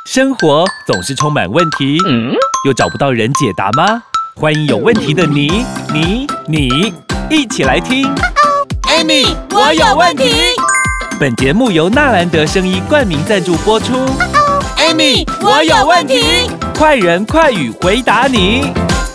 生活总是充满问题，又找不到人解答吗？欢迎有问题的你一起来听。 Amy， 我有问题。 本节目由纳兰德生医冠名赞助播出。 Amy， 我有问题。 快人快语回答你。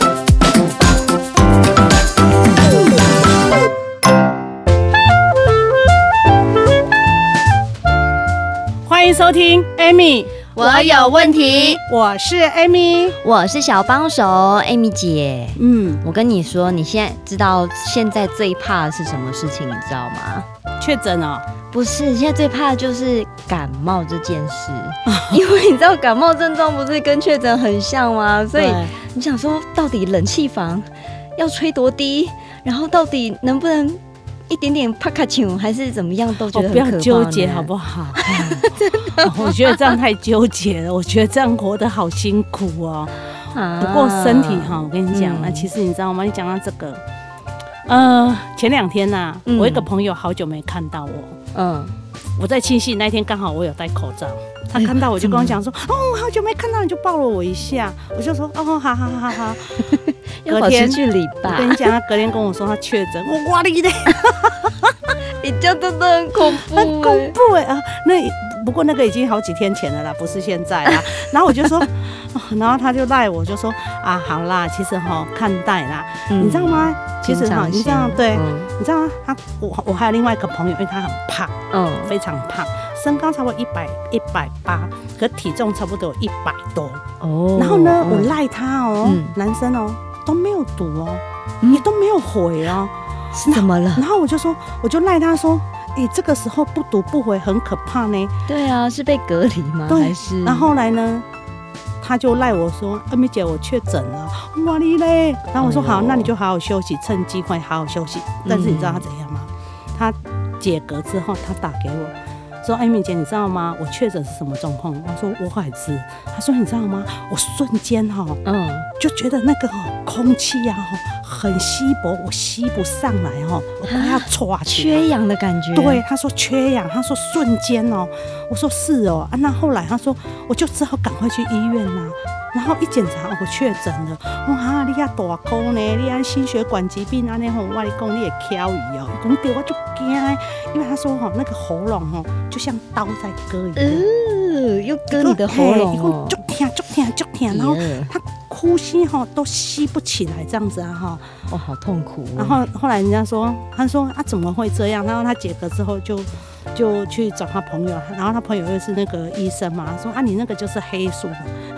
欢迎收听 Amy， 我有问题。 我是 Amy， 我是小帮手 Amy 姐。我跟你说，你现在知道现在最怕的是什么事情，你知道吗？ 确诊哦？ 不是，现在最怕的就是感冒这件事，因为你知道感冒症状不是跟确诊很像吗？所以你想说，到底冷气房要吹多低，然后到底能不能一点点啪卡丘还是怎么样，都觉得很可怕。 不要纠结好不好？我觉得这样太纠结了，我觉得这样活得好辛苦哦。不过身体哈，我跟你讲，那其实你知道吗？你讲到这个，前2天呐，我一个朋友好久没看到我，我在七夕那天刚好我有戴口罩，他看到我就跟我讲说，好久没看到你，就抱了我一下，我就说，好。 要保持距离吧。 我跟你讲，他隔天跟我说他确诊，我哇哩嘞， 你这样真的很恐怖， 很恐怖哎啊！不过那个已经好几天前了啦，不是现在啦。然后我就说，然后他就赖我，就说好啦，其实看待啦，你知道吗？其实你知道对，你知道吗？我还有另外一个朋友，因为他很胖，非常胖，身高差不多180，可体重差不多有100多。然后呢，我赖他男生都没有读也都没有回是怎么了？ 然后我就赖他说，这个时候不读不回很可怕呢。 对啊，是被隔离吗？ 对， 还是？ 然后后来呢，他就赖我说，Amy姐，我确诊了，哇哩嘞！然后我说好，那你就好好休息，趁机会好好休息。但是你知道他怎样吗？他解隔之后，他打给我说，Amy姐，你知道吗？我确诊是什么状况？我说我还知。他说你知道吗？我瞬间就觉得那个空气很稀薄，我吸不上来我快要唰起来， 缺氧的感觉。 对，他说缺氧，他说瞬间我说是那后来他说我就只好赶快去医院啦。然后一检查，我确诊了。你遐大颗呢，你按心血管疾病安尼我跟你讲你会翘鱼伊讲对，我就惊，因为他说那个喉咙就像刀在割一样， 又割你的喉咙就痛，然后他呼吸都吸不起来，这样子好痛苦。 然后后来人家说，他说怎么会这样？然后他解隔之后就去找他朋友，然后他朋友又是那个医生嘛，说你那个就是黑素。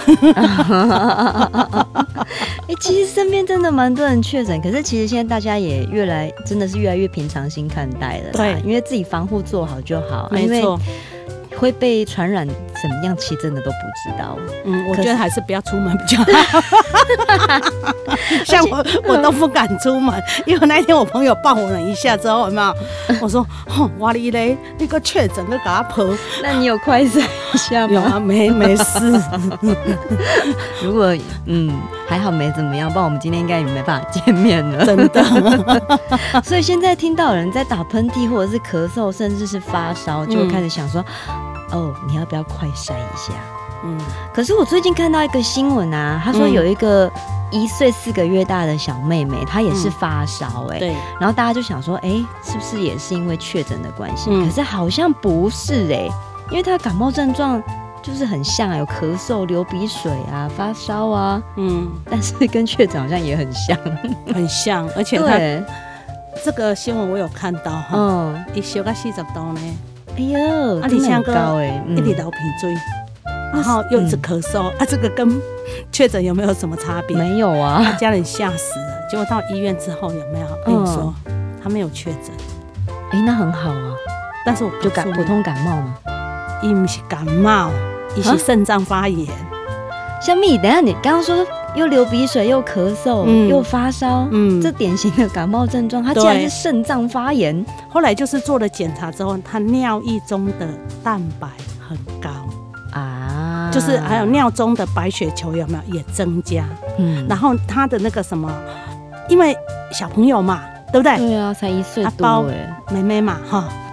其实身边真的蛮多人确诊，可是其实现在大家也真的是越来越平常心看待了啦。对，因为自己防护做好就好， 没错。 会被传染怎么样，其实真的都不知道。 我觉得还是不要出门比较好。像我都不敢出门，因为那天我朋友抱我了一下之后，有没有？我说哇哩嘞，那个确诊就给他泼。 那你有快筛一下吗？ 有啊，没事。 如果还好没怎么样，不然我们今天应该也没办法见面了。 真的。 所以现在听到有人在打喷嚏或者是咳嗽，甚至是发烧，就会开始想说，你要不要快筛一下？可是我最近看到一个新闻他说有一个1岁4个月大的小妹妹，她也是发烧对，然后大家就想说，是不是也是因为确诊的关系？可是好像不是因为她感冒症状就是很像有咳嗽、流鼻水发烧但是跟确诊好像也很像， 很像，而且她这个新闻我有看到她烧到40度呢。 哎呦， 真的很高一直流鼻水，然后又一直咳嗽这个跟确诊有没有什么差别？ 没有啊， 他家人吓死了。结果到医院之后有没有？跟你说，他没有确诊。 那很好啊。 但是我就普通感冒嘛， 伊不是感冒，伊是肾脏发炎。 小米，等一下你刚刚说又流鼻水又咳嗽又发烧，这典型的感冒症状，它竟然是肾脏发炎。 后来就是做了检查之后，他尿液中的蛋白很高就是还有尿中的白血球有没有也增加？然后他的那个什么，因为小朋友嘛，对不对？ 对啊，才1岁多妹妹嘛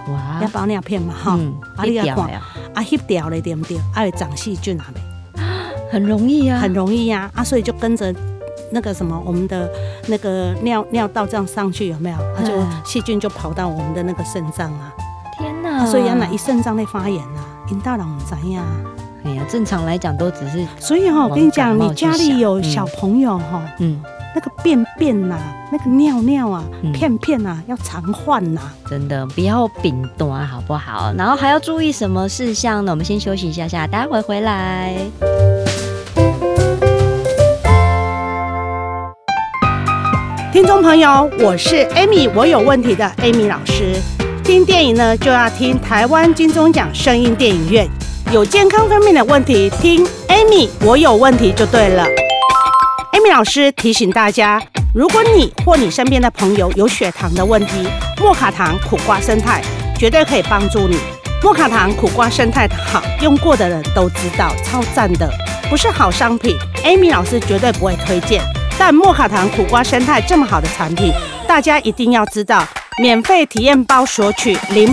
哇， 要包尿片嘛哈， 你要看翕掉了对不对？会长细菌啊没？ 很容易啊， 很容易啊，所以就跟着那个什么，我们的那个尿道这样上去有没有？它就细菌就跑到我们的那个肾脏啊。 天哪！ 所以原来一肾脏在发炎啊，因大人不知道。 哎呀，正常来讲都只是。 所以我跟你讲，你家里有小朋友那个便呐，那个尿啊，片啊，要常换呐。 真的不要饼短，好不好？然后还要注意什么事项呢？我们先休息一下，待会回来。 听众朋友，我是 Amy， 我有问题的 Amy 老师。听电影呢，就要听台湾金钟奖声音电影院。有健康方面的问题，听 Amy， 我有问题就对了。Amy 老师提醒大家，如果你或你身边的朋友有血糖的问题，莫卡糖苦瓜生态绝对可以帮助你。莫卡糖苦瓜生态好，用过的人都知道，超赞的，不是好商品 ，Amy 老师绝对不会推荐。但莫卡糖苦瓜生态这么好的产品，大家一定要知道。免费体验包索取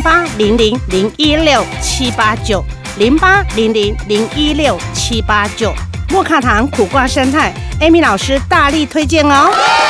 0800016789 0800016789。莫卡糖苦瓜生态 ，Amy 老师大力推荐哦。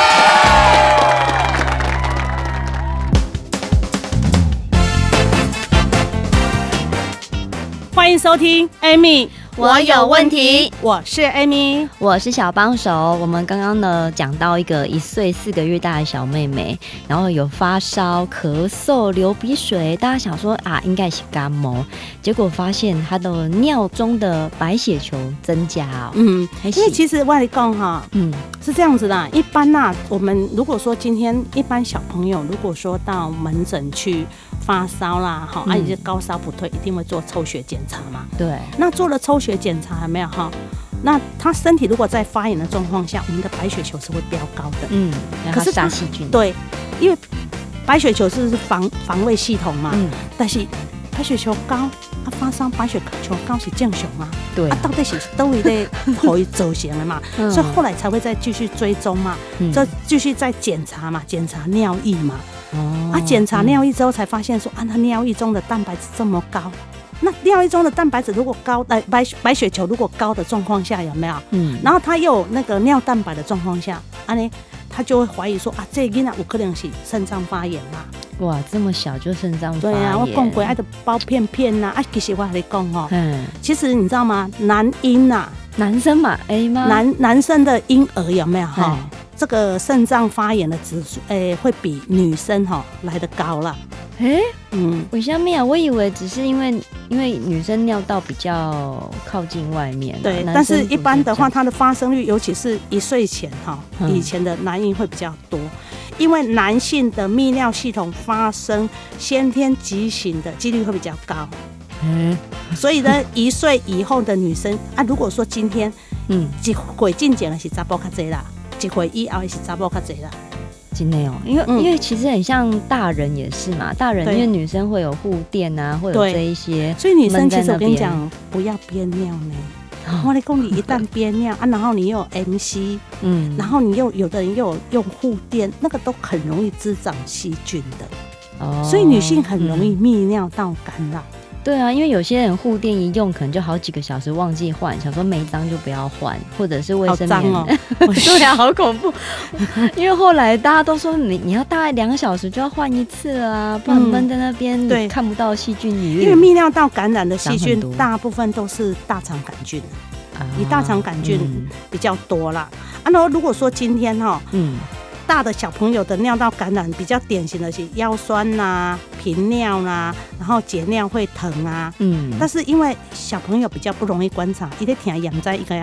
欢迎收听 Amy， 我有问题。 我是 Amy， 我是小帮手。我们刚刚呢讲到一个1岁4个月大的小妹妹，然后有发烧、咳嗽、流鼻水，大家想说啊，应该是感冒，结果发现她的尿中的白血球增加哦。因为其实我跟你讲哈，是这样子的。一般我们如果说今天一般小朋友如果说到门诊去发烧啦，一些高烧不退，一定会做抽血检查嘛。对，那做了抽血检查有没有哈？那他身体如果在发炎的状况下，我们的白血球是会飙高的。 可是杀细菌。 对，因为白血球是防卫系统嘛。但是白血球高，发烧白血球高是正常啊。对。到底是都会在可以走形了嘛？所以后来才会再继续追踪嘛，再继续再检查嘛，检查尿液嘛。检查尿液之后才发现说，他尿液中的蛋白质这么高。那尿液中的蛋白质如果高，白血球如果高的状况下有没有？然后他又有那个尿蛋白的状况下，他就会怀疑说这个囡仔有可能是肾脏发炎嘛。 哇，这么小就肾脏发炎？ 对啊，我讲过爱的包片片呐，其实我跟你讲其实你知道吗？男婴男生嘛 A 吗？ 男生的婴儿有没有这个肾脏发炎的指数，会比女生来得高啦。 为什么啊？我以为只是因为女生尿道比较靠近外面， 对，但是一般的话，它的发生率，尤其是1岁前以前的男婴会比较多，因为男性的泌尿系统发生先天畸形的几率会比较高。所以呢，1岁以后的女生如果说今天一岁进前的是查甫较侪啦。1岁以后是查某较侪啦， 真的哦，因为其实很像大人也是嘛，大人因为女生会有护垫啊，会有这一些， 所以女生其实我跟你讲，不要憋尿呢。我跟你讲，你一旦憋尿然后你又有 MC，然后你有的人又有用护垫，那个都很容易滋长细菌的。所以女性很容易泌尿道感染。 对啊，因为有些人护垫一用可能就好几个小时忘记换，想说没脏就不要换，或者是卫生棉。好脏哦！对啊，好恐怖。因为后来大家都说你要大概2个小时就要换一次啊，不然闷在那边对看不到细菌里。 因为泌尿道感染的细菌大部分都是大肠杆菌，以大肠杆菌比较多啦。然后如果说今天大的小朋友的尿道感染比较典型的是腰酸频尿然后解尿会疼但是因为小朋友比较不容易观察，一直听养在一个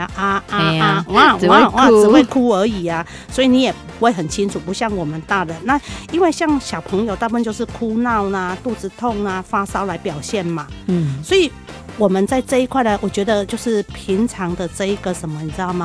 只会哭而已所以你也不会很清楚，不像我们大人。那因为像小朋友大部分就是哭闹肚子痛发烧来表现嘛，所以我们在这一块呢，我觉得就是平常的这一个什么，你知道吗？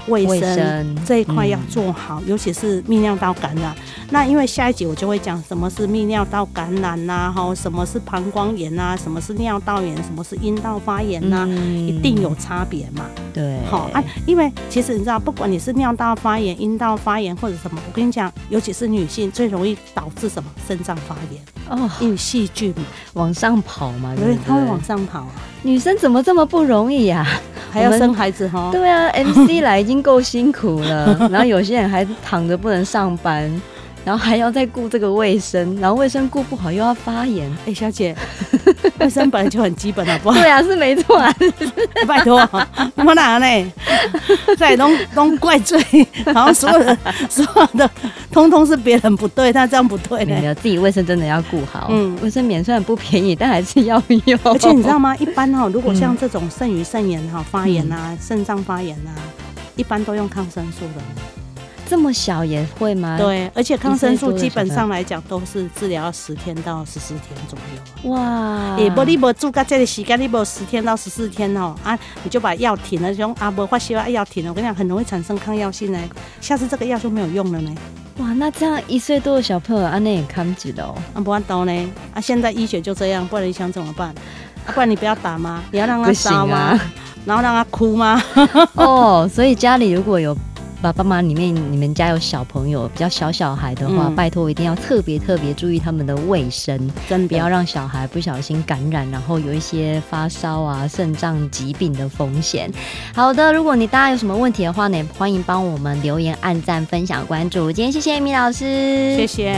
卫生这一块要做好，尤其是泌尿道感染。那因为下一集我就会讲什么是泌尿道感染呐，什么是膀胱炎啊，什么是尿道炎，什么是阴道发炎呐，一定有差别嘛。 对， 因为其实你知道，不管你是尿道发炎、阴道发炎或者什么，我跟你讲，尤其是女性最容易导致什么肾脏发炎哦，因为细菌往上跑嘛， 对，它会往上跑啊。 女生怎么这么不容易啊？ 还要生孩子哈？ 对啊 ，MC 来已经够辛苦了，然后有些人还躺着不能上班。然后还要再顾这个卫生，然后卫生顾不好又要发炎。 小姐，卫生本来就很基本好不好？ 对啊，是没错啊。 拜托，我哪呢？再都怪罪，然后所有的通通是别人不对，那这样不对呢。 没有，自己卫生真的要顾好。卫生棉虽然不便宜，但还是要用。 而且你知道吗？一般如果像这种肾盂肾炎发炎啊、肾脏发炎啊，一般都用抗生素的。 这么小也会吗？ 对，而且抗生素基本上来讲都是治疗10天到14天左右。哇！你没住到这个时间，你没10天到14天你就把药停了，说没发烧药停了，我跟你讲很容易产生抗药性呢，下次这个药就没有用了呢。 哇，那这样1岁多的小朋友那也看不起了不办法呢。现在医学就这样，不然你想怎么办？不然你不要打吗？你要让他烧吗？然后让他哭吗？ 所以家里如果有爸爸妈妈里面你们家有小朋友比较小孩的话，拜托一定要特别注意他们的卫生，真的不要让小孩不小心感染，然后有一些发烧啊、肾脏疾病的风险。好的，如果大家有什么问题的话呢，欢迎帮我们留言、按赞、分享、关注。今天谢谢Amy老师， 谢谢。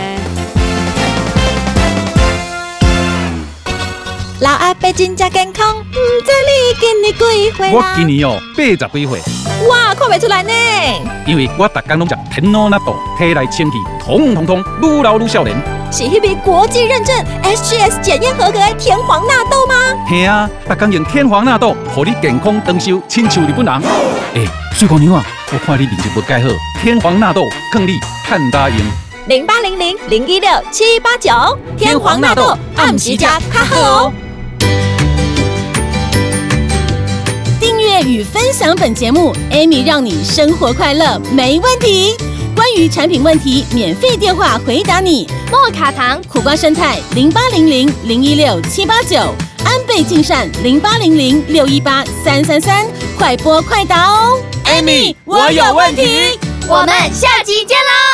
老阿伯真正健康，不知你今年几岁啦？ 我今年80几岁。 哇，看不出来呢。 因为我每天拢食天皇纳豆，体内清气通愈老愈少年。 是迄笔国际认证 SGS 检验合格的天皇纳豆吗？ 嘿啊，每天用天皇纳豆，让你健康长寿，亲像日本人。水姑娘啊，我看你面色不改好，天皇纳豆更你看大用。 0800-016-789，天皇纳豆暗时加较好哦。订阅与分享本节目 ，Amy 让你生活快乐没问题。关于产品问题，免费电话回答你。莫卡糖、苦瓜生态0800-016-789，安倍晋善0800-618-333，快播快答哦。 Amy，我有问题， 我们下集见喽。